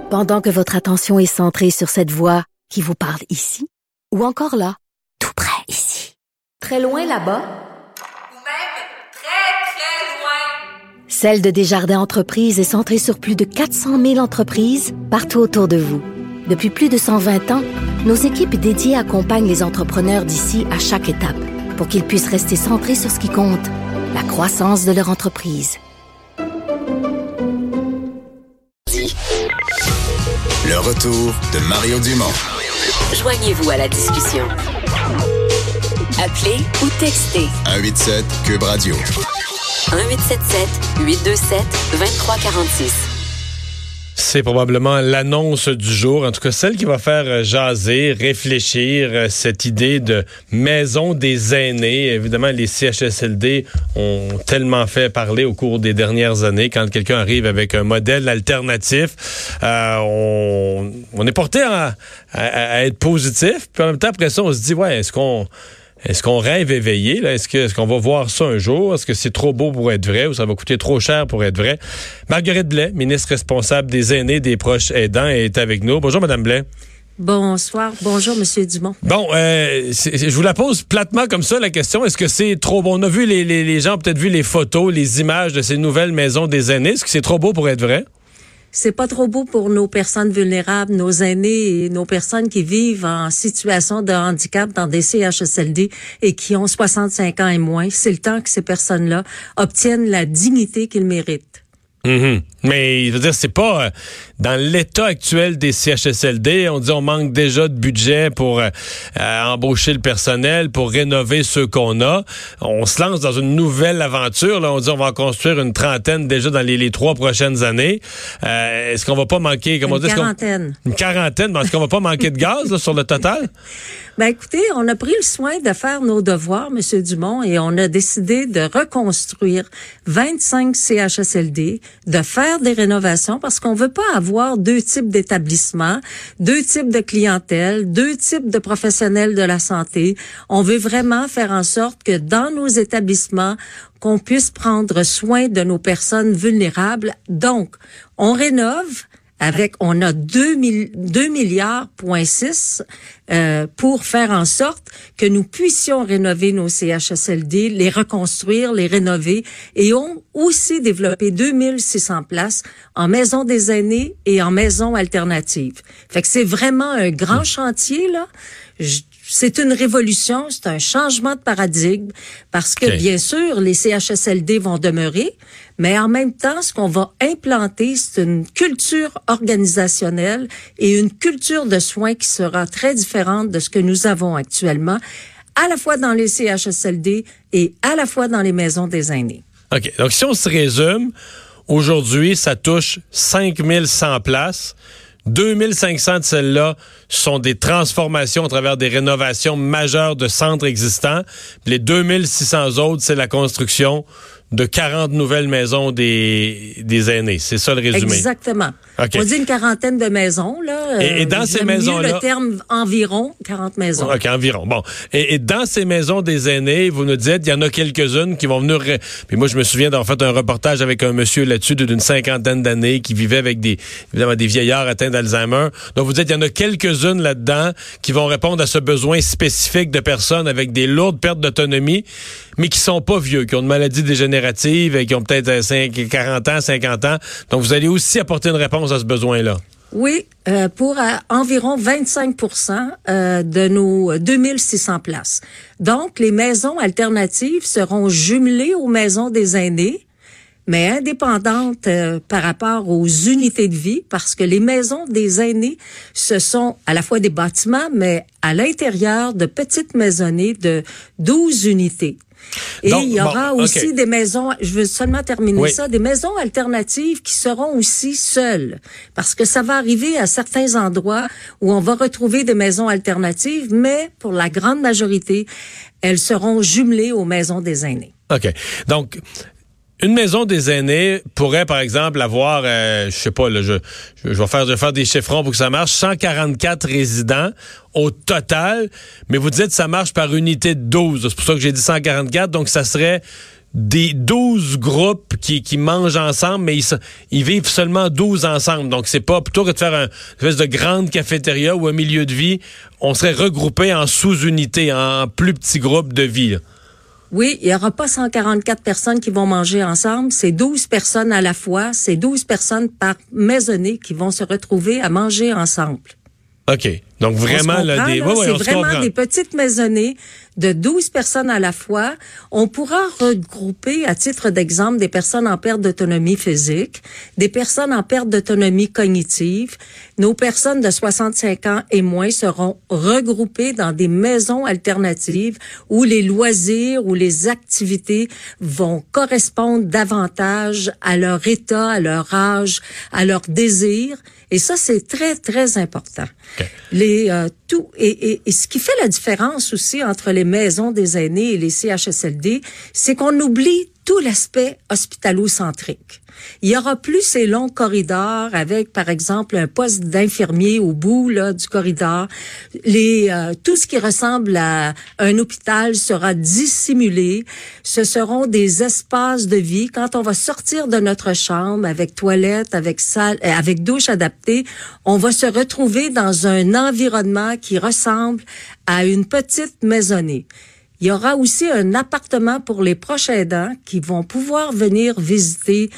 Pendant que votre attention est centrée sur cette voix qui vous parle ici, ou encore là, tout près ici, très loin là-bas, ou même très, très loin. Celle de Desjardins Entreprises est centrée sur plus de 400 000 entreprises partout autour de vous. Depuis plus de 120 ans, nos équipes dédiées accompagnent les entrepreneurs d'ici à chaque étape pour qu'ils puissent rester centrés sur ce qui compte, la croissance de leur entreprise. Le retour de Mario Dumont. Joignez-vous à la discussion. Appelez ou textez 187 Cube Radio. 1877-827-2346. C'est probablement l'annonce du jour, en tout cas celle qui va faire jaser, réfléchir cette idée de maison des aînés. Évidemment, les CHSLD ont tellement fait parler au cours des dernières années. Quand quelqu'un arrive avec un modèle alternatif, on est porté à être positif. Puis en même temps, après ça, on se dit, ouais, est-ce qu'on rêve éveillé, là? Est-ce qu'on va voir ça un jour? Est-ce que c'est trop beau pour être vrai ou ça va coûter trop cher pour être vrai? Marguerite Blais, ministre responsable des aînés, des proches aidants, est avec nous. Bonjour, Madame Blais. Bonsoir. Bonjour, Monsieur Dumont. Bon, je vous la pose platement comme ça, la question. Est-ce que c'est trop beau? On a vu les gens ont peut-être vu les photos, les images de ces nouvelles maisons des aînés. Est-ce que c'est trop beau pour être vrai? C'est pas trop beau pour nos personnes vulnérables, nos aînés et nos personnes qui vivent en situation de handicap dans des CHSLD et qui ont 65 ans et moins. C'est le temps que ces personnes-là obtiennent la dignité qu'ils méritent. Mm-hmm. Mais je veux dire, c'est pas dans l'état actuel des CHSLD, on dit on manque déjà de budget pour embaucher le personnel, pour rénover ceux qu'on a. On se lance dans une nouvelle aventure. Là, on dit on va en construire une trentaine déjà dans les 3 prochaines années. Est-ce qu'on va pas manquer, comme on dit, une quarantaine? Est-ce qu'on va pas manquer de gaz là, sur le total? Ben écoutez, on a pris le soin de faire nos devoirs, Monsieur Dumont, et on a décidé de reconstruire 25 CHSLD, de faire des rénovations parce qu'on veut pas avoir 2 types d'établissements, 2 types de clientèle, 2 types de professionnels de la santé. On veut vraiment faire en sorte que dans nos établissements, qu'on puisse prendre soin de nos personnes vulnérables. Donc, on rénove. On a 2 milliards pour faire en sorte que nous puissions rénover nos CHSLD, les reconstruire, les rénover et ont aussi développé 2600 places en maison des aînés et en maison alternative. Fait que c'est vraiment un grand chantier, là. C'est une révolution, c'est un changement de paradigme parce que, bien sûr, les CHSLD vont demeurer, mais en même temps, ce qu'on va implanter, c'est une culture organisationnelle et une culture de soins qui sera très différente de ce que nous avons actuellement, à la fois dans les CHSLD et à la fois dans les maisons des aînés. OK. Donc, si on se résume, aujourd'hui, ça touche 5100 places. 2500 de celles-là sont des transformations à travers des rénovations majeures de centres existants. Puis les 2600 autres, c'est la construction de 40 nouvelles maisons des aînés. C'est ça le résumé. Exactement. Okay. On dit une quarantaine de maisons, là. Et dans ces maisons-là. Le terme environ 40 maisons. OK, environ. Bon. Et dans ces maisons des aînés, vous nous dites, il y en a quelques-unes qui vont venir. Puis moi, je me souviens d'avoir fait un reportage avec un monsieur là-dessus d'une 50aine d'années qui vivait avec évidemment des vieillards atteints d'Alzheimer. Donc, vous dites, il y en a quelques-unes là-dedans qui vont répondre à ce besoin spécifique de personnes avec des lourdes pertes d'autonomie, mais qui sont pas vieux, qui ont une maladie dégénérative et qui ont peut-être 40 ans, 50 ans. Donc, vous allez aussi apporter une réponse à ce besoin-là. Oui, pour environ 25% de nos 2600 places. Donc, les maisons alternatives seront jumelées aux maisons des aînés, mais indépendantes par rapport aux unités de vie, parce que les maisons des aînés, ce sont à la fois des bâtiments, mais à l'intérieur de petites maisonnées de 12 unités. Et donc, il y aura aussi des maisons, je veux seulement terminer ça, des maisons alternatives qui seront aussi seules. Parce que ça va arriver à certains endroits où on va retrouver des maisons alternatives, mais pour la grande majorité, elles seront jumelées aux maisons des aînés. OK. Donc, une maison des aînés pourrait, par exemple, avoir, je sais pas, là, je vais faire des chiffrons pour que ça marche, 144 résidents au total, mais vous dites que ça marche par unité de 12. C'est pour ça que j'ai dit 144, donc ça serait des 12 groupes qui mangent ensemble, mais ils vivent seulement 12 ensemble. Donc, c'est pas, plutôt que de faire une espèce de grande cafétéria ou un milieu de vie, on serait regroupé en sous-unités, en plus petits groupes de vie, là. Oui, il n'y aura pas 144 personnes qui vont manger ensemble. C'est 12 personnes à la fois. C'est 12 personnes par maisonnée qui vont se retrouver à manger ensemble. OK. Donc, vraiment, là, c'est vraiment des petites maisonnées de 12 personnes à la fois. On pourra regrouper, à titre d'exemple, des personnes en perte d'autonomie physique, des personnes en perte d'autonomie cognitive. Nos personnes de 65 ans et moins seront regroupées dans des maisons alternatives où les loisirs ou les activités vont correspondre davantage à leur état, à leur âge, à leur désir. Et ça, c'est très, très important. Okay. Et ce qui fait la différence aussi entre les maisons des aînés et les CHSLD, c'est qu'on oublie tout l'aspect hospitalo-centrique. Il y aura plus ces longs corridors avec, par exemple, un poste d'infirmier au bout là, du corridor. Tout ce qui ressemble à un hôpital sera dissimulé. Ce seront des espaces de vie. Quand on va sortir de notre chambre avec toilette, avec salle, avec douche adaptée, on va se retrouver dans un environnement qui ressemble à une petite maisonnée. Il y aura aussi un appartement pour les proches aidants qui vont pouvoir venir visiter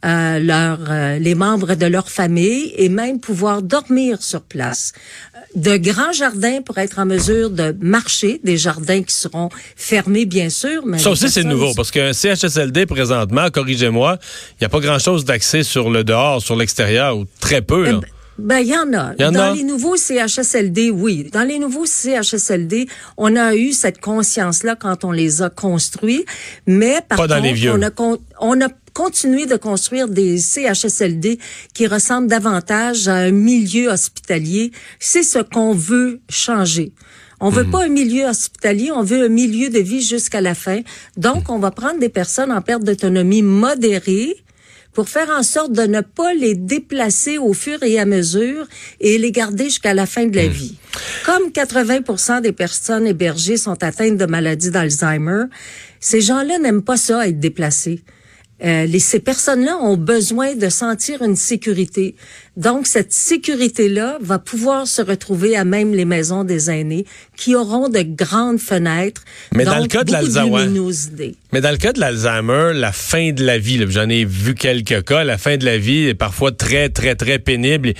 les membres de leur famille et même pouvoir dormir sur place. De grands jardins pour être en mesure de marcher, des jardins qui seront fermés bien sûr. Mais ça aussi c'est nouveau parce qu'un CHSLD présentement, corrigez-moi, il n'y a pas grand-chose d'accès sur le dehors, sur l'extérieur ou très peu là. Il y en a. Dans les nouveaux CHSLD, oui. Dans les nouveaux CHSLD, on a eu cette conscience-là quand on les a construits. Mais par contre, dans les vieux. On a continué de construire des CHSLD qui ressemblent davantage à un milieu hospitalier. C'est ce qu'on veut changer. On veut pas un milieu hospitalier, on veut un milieu de vie jusqu'à la fin. Donc, on va prendre des personnes en perte d'autonomie modérée pour faire en sorte de ne pas les déplacer au fur et à mesure et les garder jusqu'à la fin de la vie. Comme 80% des personnes hébergées sont atteintes de maladie d'Alzheimer, ces gens-là n'aiment pas ça, être déplacés. Ces personnes-là ont besoin de sentir une sécurité. Donc, cette sécurité-là va pouvoir se retrouver à même les maisons des aînés qui auront de grandes fenêtres. Mais donc, dans le cas de l'Alzheimer, mais dans le cas de l'Alzheimer, la fin de la vie, là, j'en ai vu quelques cas, la fin de la vie est parfois très, très, très pénible.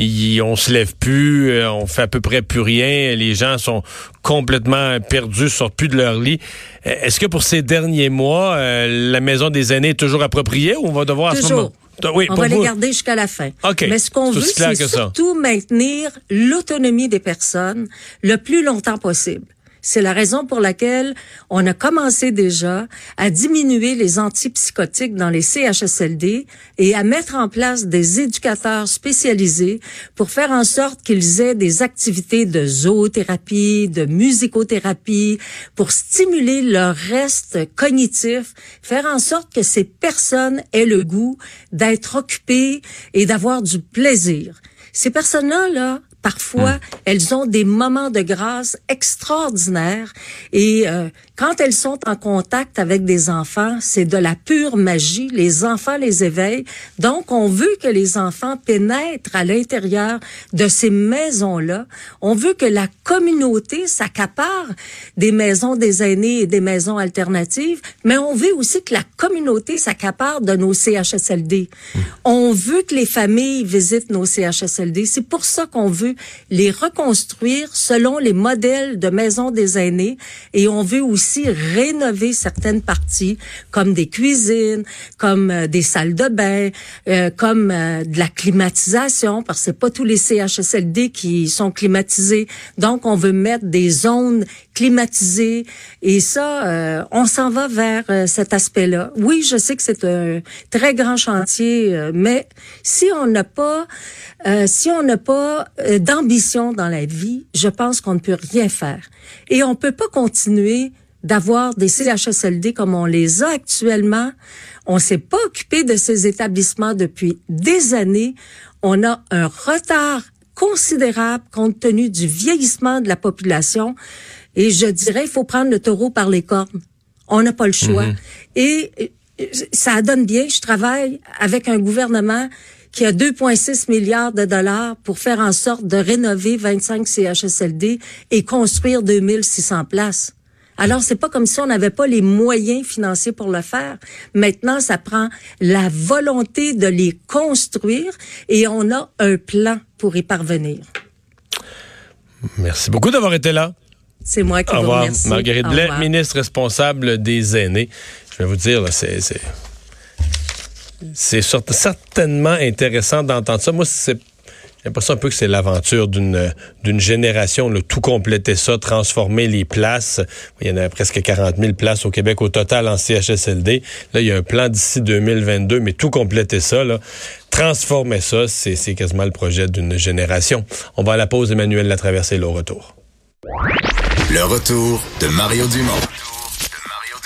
On se lève plus, on fait à peu près plus rien, les gens sont complètement perdus, sortent plus de leur lit. Est-ce que pour ces derniers mois, la maison des aînés est toujours appropriée ou on va devoir toujours. À ce moment... Oui, on va les garder jusqu'à la fin. Okay. Mais ce qu'on veut, c'est surtout maintenir l'autonomie des personnes le plus longtemps possible. C'est la raison pour laquelle on a commencé déjà à diminuer les antipsychotiques dans les CHSLD et à mettre en place des éducateurs spécialisés pour faire en sorte qu'ils aient des activités de zoothérapie, de musicothérapie, pour stimuler leur reste cognitif, faire en sorte que ces personnes aient le goût d'être occupées et d'avoir du plaisir. Ces personnes-là, parfois, elles ont des moments de grâce extraordinaires et quand elles sont en contact avec des enfants, c'est de la pure magie. Les enfants les éveillent. Donc, on veut que les enfants pénètrent à l'intérieur de ces maisons-là. On veut que la communauté s'accapare des maisons des aînés et des maisons alternatives, mais on veut aussi que la communauté s'accapare de nos CHSLD. On veut que les familles visitent nos CHSLD. C'est pour ça qu'on veut les reconstruire selon les modèles de maisons des aînés et on veut aussi rénover certaines parties comme des cuisines, comme des salles de bain, comme de la climatisation parce que c'est pas tous les CHSLD qui sont climatisés. Donc on veut mettre des zones climatisées et ça on s'en va vers cet aspect-là. Oui, je sais que c'est un très grand chantier mais si on n'a pas d'ambition dans la vie, je pense qu'on ne peut rien faire. Et on peut pas continuer d'avoir des CHSLD comme on les a actuellement. On s'est pas occupé de ces établissements depuis des années. On a un retard considérable compte tenu du vieillissement de la population. Et je dirais, il faut prendre le taureau par les cornes. On n'a pas le choix. Et ça donne bien. Je travaille avec un gouvernement qui a 2,6 milliards de dollars pour faire en sorte de rénover 25 CHSLD et construire 2600 places. Alors, c'est pas comme si on n'avait pas les moyens financiers pour le faire. Maintenant, ça prend la volonté de les construire et on a un plan pour y parvenir. Merci beaucoup d'avoir été là. C'est moi qui vous remercie. Au revoir. Marguerite Blais, ministre responsable des aînés. Je vais vous dire, là, c'est certainement intéressant d'entendre ça. Moi, j'ai l'impression un peu que c'est l'aventure d'une génération, là, tout compléter ça, transformer les places. Il y en a presque 40 000 places au Québec au total en CHSLD. Là, il y a un plan d'ici 2022, mais tout compléter ça, là, transformer ça, c'est quasiment le projet d'une génération. On va à la pause, Emmanuel Latraversée, le retour. Le retour de Mario Dumont.